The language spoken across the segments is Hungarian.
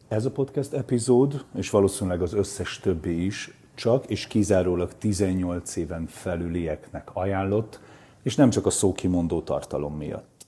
Ez a podcast epizód, és valószínűleg az összes többi is, csak és kizárólag 18 éven felülieknek ajánlott, és nem csak a szókimondó tartalom miatt.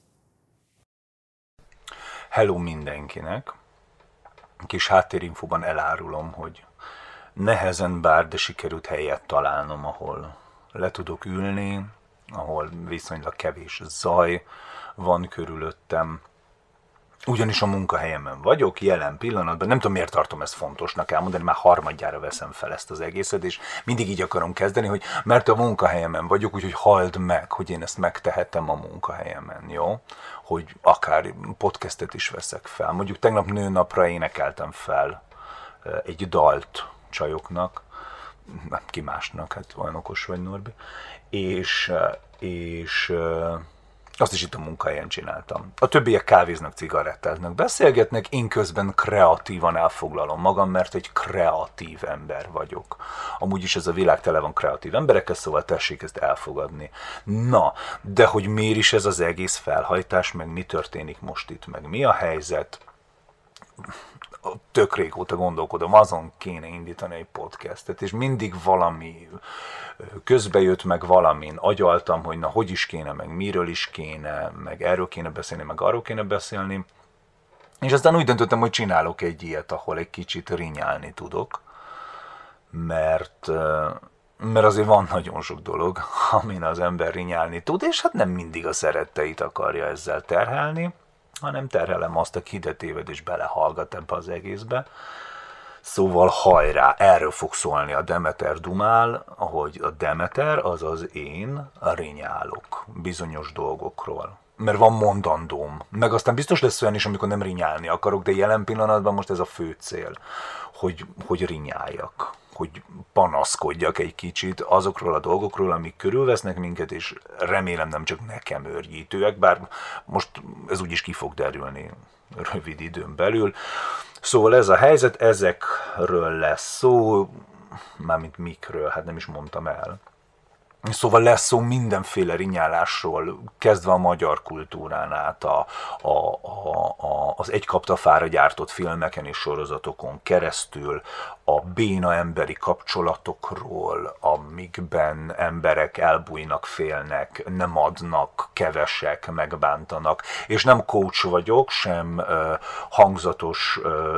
Hello mindenkinek! Kis háttérinfóban elárulom, hogy nehezen bár, de sikerült helyet találnom, ahol le tudok ülni, ahol viszonylag kevés zaj van körülöttem. Ugyanis a munkahelyemen vagyok, jelen pillanatban, nem tudom miért tartom ezt fontosnak elmondani, már harmadjára veszem fel ezt az egészet, és mindig így akarom kezdeni, hogy mert a munkahelyemen vagyok, úgyhogy halld meg, hogy én ezt megtehetem a munkahelyemen, jó? Hogy akár podcastet is veszek fel. Mondjuk tegnap nőnapra énekeltem fel egy dalt csajoknak, nem ki másnak, hát olyan okos vagy, Norbi, és azt is itt a munkahelyen csináltam. A többiek kávéznak, cigarettáznak, beszélgetnek, én közben kreatívan elfoglalom magam, mert egy kreatív ember vagyok. Amúgy is ez a világ tele van kreatív emberekkel, szóval tessék ezt elfogadni. Na, de hogy miért is ez az egész felhajtás, meg mi történik most itt, meg mi a helyzet? Tök régóta gondolkodom, azon kéne indítani egy podcastet, és mindig valami közbe jött, meg valamin agyaltam, hogy na hogy is kéne, meg miről is kéne, meg erről kéne beszélni, meg arról kéne beszélni. És aztán úgy döntöttem, hogy csinálok egy ilyet, ahol egy kicsit rinyálni tudok, mert azért van nagyon sok dolog, amin az ember rinyálni tud, és hát nem mindig a szeretteit akarja ezzel terhelni, hanem terhelem azt, aki ide téved és belehallgat ebbe az egészbe. Szóval hajrá, erről fog szólni a Demeter Dumál, ahogy a Demeter, azaz én, rinyálok bizonyos dolgokról. Mert van mondandóm. Meg aztán biztos lesz olyan is, amikor nem rinyálni akarok, de jelen pillanatban most ez a fő cél, hogy rinyáljak. Hogy panaszkodjak egy kicsit azokról a dolgokról, amik körülvesznek minket, és remélem nem csak nekem őrjítőek, bár most ez úgyis ki fog derülni rövid időn belül. Szóval ez a helyzet, ezekről lesz szó, mármint mikről, hát nem is mondtam el. Szóval lesz szó mindenféle rinyálásról, kezdve a magyar kultúrán át, az egy kaptafára gyártott filmeken és sorozatokon keresztül, a béna emberi kapcsolatokról, amikben emberek elbújnak, félnek, nem adnak, kevesek, megbántanak. És nem coach vagyok, sem hangzatos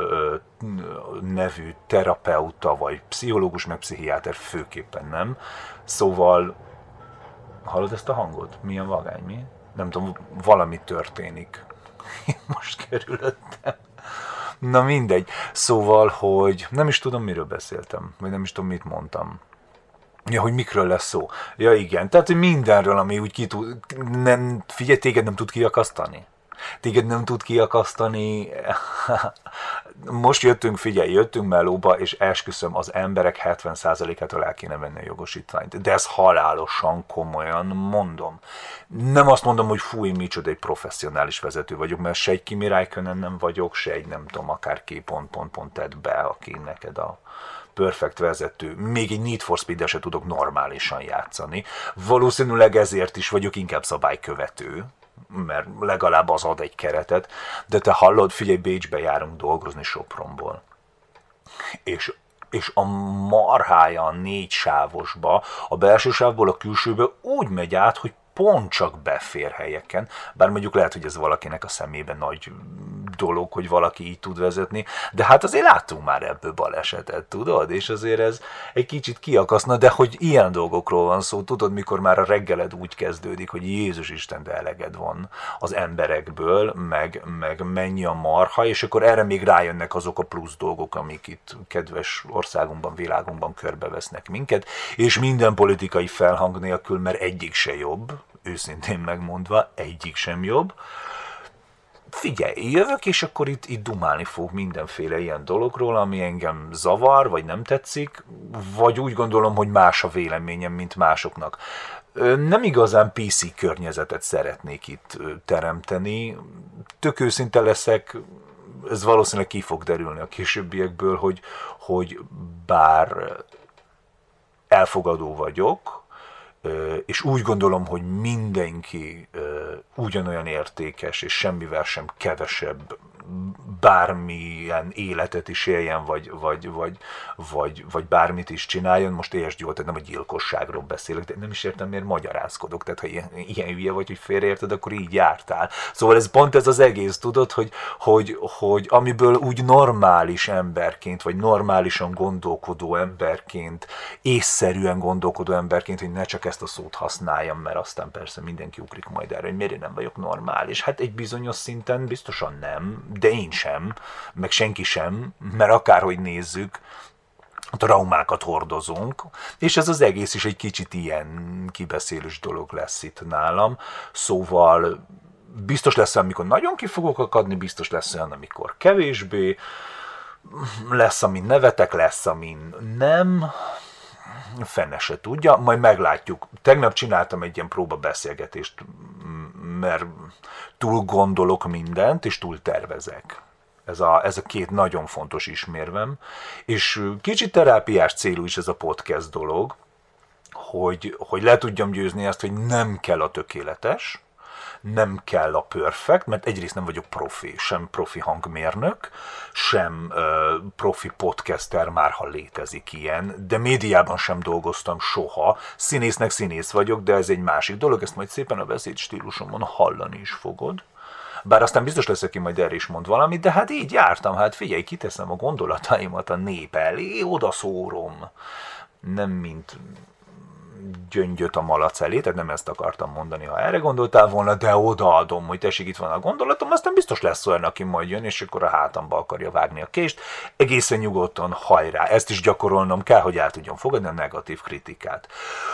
nevű terapeuta, vagy pszichológus, meg pszichiáter, főképpen nem. Szóval, hallod ezt a hangot? Milyen vagány, mi? Nem tudom, valami történik most körülöttem. Na mindegy. Szóval, hogy nem is tudom, miről beszéltem, vagy nem is tudom, mit mondtam. Ja, hogy mikről lesz szó. Ja, igen. Tehát, hogy mindenről, ami úgy figyelj, téged nem tud kiakasztani. Téged nem tud kiakasztani. Most jöttünk melóba, és esküszöm, az emberek 70%-ától el kéne venni a jogosítványt. De ezt halálosan komolyan mondom. Nem azt mondom, hogy fúj, micsoda egy professzionális vezető vagyok, mert se egy Kimi Räikkönen nem vagyok, se egy nem tudom, akár ki tedd be, aki neked a perfekt vezető. Még egy Need for Speed-del se tudok normálisan játszani. Valószínűleg ezért is vagyok inkább szabálykövető, mert legalább az ad egy keretet, de te hallod, figyelj, Bécsbe járunk dolgozni Sopronból. És a marhája a 4 sávosba, a belső sávból a külsőbe úgy megy át, hogy pont csak befér helyeken, bár mondjuk lehet, hogy ez valakinek a szemében nagy dolog, hogy valaki így tud vezetni, de hát azért láttunk már ebből balesetet, tudod? És azért ez egy kicsit kiakaszna, de hogy ilyen dolgokról van szó, tudod, mikor már a reggeled úgy kezdődik, hogy Jézus Isten, de eleged van az emberekből, meg mennyi a marha, és akkor erre még rájönnek azok a plusz dolgok, amik itt kedves országunkban, világunkban körbevesznek minket, és minden politikai felhang nélkül, mert egyik se jobb, őszintén megmondva, egyik sem jobb. Figyelj, jövök, és akkor itt dumálni fog mindenféle ilyen dologról, ami engem zavar, vagy nem tetszik, vagy úgy gondolom, hogy más a véleményem, mint másoknak. Nem igazán PC környezetet szeretnék itt teremteni. Tök őszinte leszek, ez valószínűleg ki fog derülni a későbbiekből, hogy bár elfogadó vagyok, és úgy gondolom, hogy mindenki ugyanolyan értékes, és semmivel sem kevesebb, bármilyen életet is éljen, vagy bármit is csináljon. Most értsd jól, tehát nem a gyilkosságról beszélek, de nem is értem, miért magyarázkodok. Tehát ha ilyen hülye vagy, hogy félreérted, akkor így jártál. Szóval ez pont ez az egész, tudod, hogy amiből úgy normális emberként, vagy normálisan gondolkodó emberként, észszerűen gondolkodó emberként, hogy ne csak ezt a szót használjam, mert aztán persze mindenki ugrik majd erre, hogy miért én nem vagyok normális. Hát egy bizonyos szinten biztosan nem, de én sem, meg senki sem, mert akárhogy nézzük, traumákat hordozunk, és ez az egész is egy kicsit ilyen kibeszélős dolog lesz itt nálam. Szóval biztos lesz olyan, amikor nagyon ki fogok akadni, biztos lesz olyan, amikor kevésbé, lesz, amin nevetek, lesz, amin nem, fene se tudja, majd meglátjuk. Tegnap csináltam egy ilyen próbabeszélgetést, mert túl gondolok mindent, és túl tervezek. Ez a két nagyon fontos ismérvem, és kicsit terápiás célú is ez a podcast dolog, hogy le tudjam győzni ezt, hogy nem kell a tökéletes, nem kell a perfect, mert egyrészt nem vagyok profi, sem profi hangmérnök, sem profi podcaster, már ha létezik ilyen, de médiában sem dolgoztam soha. Színésznek színész vagyok, de ez egy másik dolog, ezt majd szépen a beszéd stílusomon hallani is fogod. Bár aztán biztos lesz, aki majd erre is mond valamit, de hát így jártam, hát figyelj, kiteszem a gondolataimat a nép elé, odaszórom. Nem mint gyöngyöt a malac elé, tehát nem ezt akartam mondani, ha erre gondoltál volna, de odaadom, hogy tessék, itt van a gondolatom, aztán biztos lesz olyan, aki majd jön, és akkor a hátamba akarja vágni a kést. Egészen nyugodtan hajrá. Ezt is gyakorolnom kell, hogy el tudjam fogadni a negatív kritikát.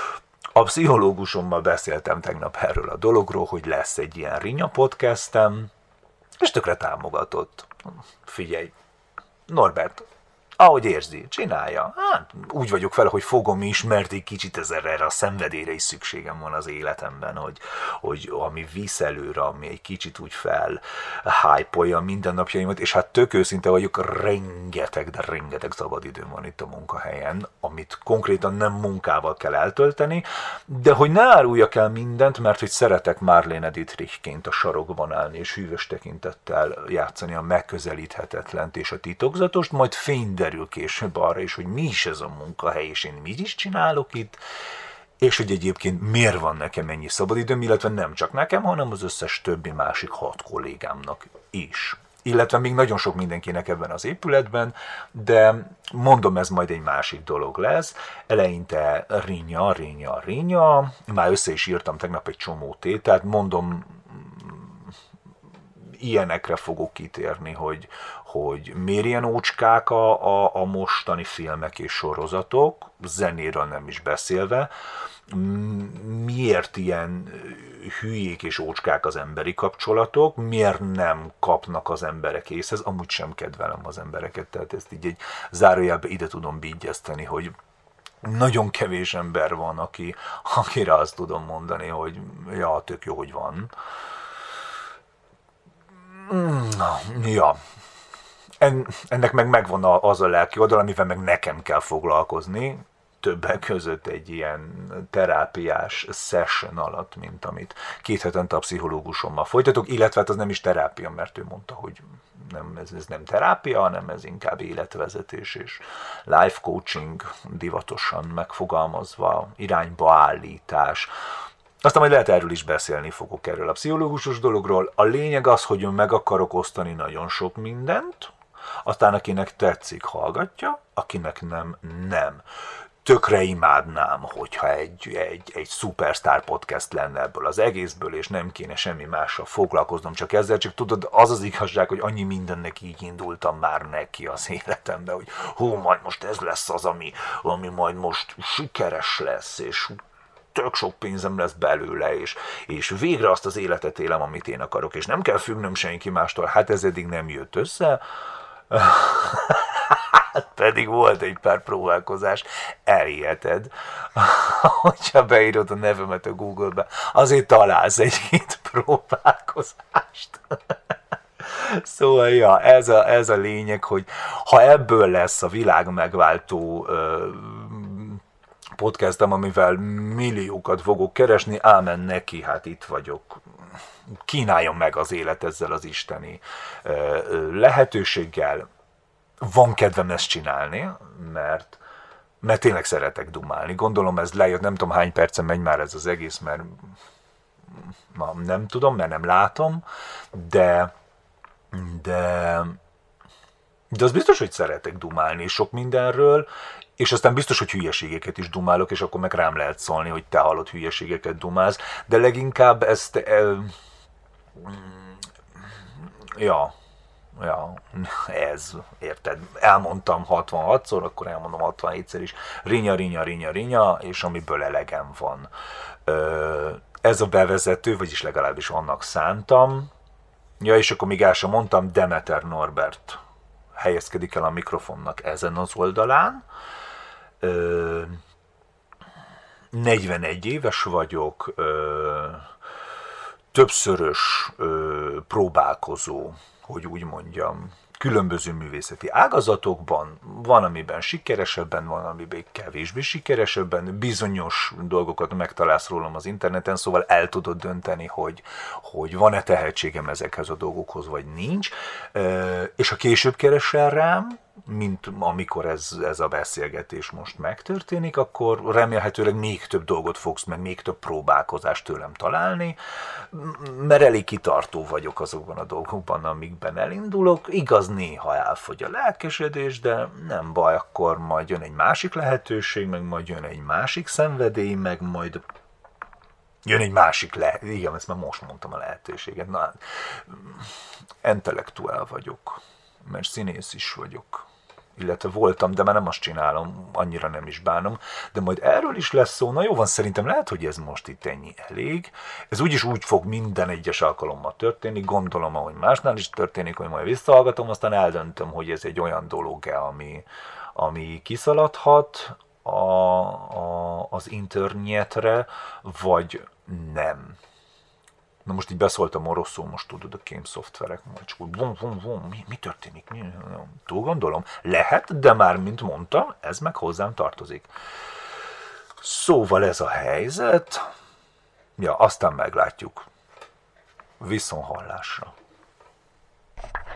A pszichológusommal beszéltem tegnap erről a dologról, hogy lesz egy ilyen Rinya podcastem, és tökre támogatott. Figyelj, Norbert, ahogy érzi, csinálja. Hát úgy vagyok fel, hogy fogom is, mert egy kicsit erre a szenvedélyre is szükségem van az életemben, hogy ami visz előre, ami egy kicsit úgy hype-olja a mindennapjaimat, és hát tök őszinte vagyok, rengeteg szabadidőm van itt a munkahelyen, amit konkrétan nem munkával kell eltölteni, de hogy ne áruljak el mindent, mert hogy szeretek Marlene Dietrichként a sarokban állni, és hűvös tekintettel játszani a megközelíthetetlent és a titokzatost, majd derül később arra is, hogy mi is ez a munkahely, és én mit is csinálok itt, és hogy egyébként miért van nekem ennyi szabadidőm, illetve nem csak nekem, hanem az összes többi másik 6 kollégámnak is. Illetve még nagyon sok mindenkinek ebben az épületben, de mondom, ez majd egy másik dolog lesz. Eleinte Rinya, már össze is írtam tegnap egy csomó tételt, mondom, ilyenekre fogok kitérni, hogy miért ilyen ócskák a mostani filmek és sorozatok, zenéről nem is beszélve, miért ilyen hülyék és ócskák az emberi kapcsolatok, miért nem kapnak az emberek észhez, amúgy sem kedvelem az embereket, tehát ezt így egy zárójelbe ide tudom bígyeszteni, hogy nagyon kevés ember van, akire azt tudom mondani, hogy ja, tök jó, hogy van. Ja, ennek meg megvan az a lelki oldal, amivel meg nekem kell foglalkozni, többek között egy ilyen terápiás session alatt, mint amit 2 hetente a pszichológusommal folytatok, illetve hát az nem is terápia, mert ő mondta, hogy ez nem terápia, hanem ez inkább életvezetés és life coaching, divatosan megfogalmazva, irányba állítás. Aztán majd lehet erről is beszélni fogok, erről a pszichológusos dologról. A lényeg az, hogy meg akarok osztani nagyon sok mindent, aztán akinek tetszik, hallgatja, akinek nem. Tökre imádnám, hogyha egy szupersztár podcast lenne ebből az egészből, és nem kéne semmi mással foglalkoznom, csak ezzel, csak tudod, az az igazság, hogy annyi mindennek így indultam már neki az életemben, hogy majd most ez lesz az, ami majd most sikeres lesz, és tök sok pénzem lesz belőle, és végre azt az életet élem, amit én akarok, és nem kell függnöm senki mástól, hát ez eddig nem jött össze, pedig volt egy pár próbálkozás, elhiheted, hogyha beírod a nevemet a Google-be, azért találsz egy-két próbálkozást. Szóval, ja, ez a lényeg, hogy ha ebből lesz a világ megváltó podcastem, amivel milliókat fogok keresni, ámen neki, hát itt vagyok. kínáljon meg az élet ezzel az isteni lehetőséggel. Van kedvem ezt csinálni, mert tényleg szeretek dumálni. Gondolom ez lejött, nem tudom hány percen megy már ez az egész, mert nem tudom, mert nem látom, de az biztos, hogy szeretek dumálni sok mindenről, és aztán biztos, hogy hülyeségeket is dumálok, és akkor meg rám lehet szólni, hogy te hallott hülyeségeket dumálsz, de leginkább ezt... ez, érted? Elmondtam 66-szor, akkor elmondom 67-szer is. Rinya, és amiből elegem van. Ez a bevezető, vagyis legalábbis annak szántam. Ja, és akkor még el sem mondtam, Demeter Norbert helyezkedik el a mikrofonnak ezen az oldalán. 41 éves vagyok, többszörös próbálkozó, hogy úgy mondjam, különböző művészeti ágazatokban, van, amiben sikeresebben, van, amiben kevésbé sikeresebben, bizonyos dolgokat megtalálsz rólam az interneten, szóval el tudod dönteni, hogy van-e tehetségem ezekhez a dolgokhoz, vagy nincs, és ha később keresel rám, mint amikor ez a beszélgetés most megtörténik, akkor remélhetőleg még több dolgot fogsz, meg még több próbálkozást tőlem találni, mert elég kitartó vagyok azokban a dolgokban, amikben elindulok. Igaz, néha elfogy a lelkesedés, de nem baj, akkor majd jön egy másik lehetőség, meg majd jön egy másik szenvedély, meg majd jön egy másik igen, ezt már most mondtam a lehetőséget. Na, intellektuál vagyok, mert színész is vagyok. Illetve voltam, de már nem azt csinálom, annyira nem is bánom, de majd erről is lesz szó. Na jó van, szerintem lehet, hogy ez most itt ennyi elég. Ez úgyis úgy fog minden egyes alkalommal történni, gondolom, ahogy másnál is történik, hogy majd visszahallgatom, aztán eldöntöm, hogy ez egy olyan dolog-e, ami kiszaladhat az internetre, vagy nem. Na most így beszóltam oroszul, most tudod, a kém szoftverek, majd csak úgy mi történik? Túl gondolom? Lehet, de már, mint mondtam, ez meg hozzám tartozik. Szóval ez a helyzet, ja, aztán meglátjuk. Viszonthallásra.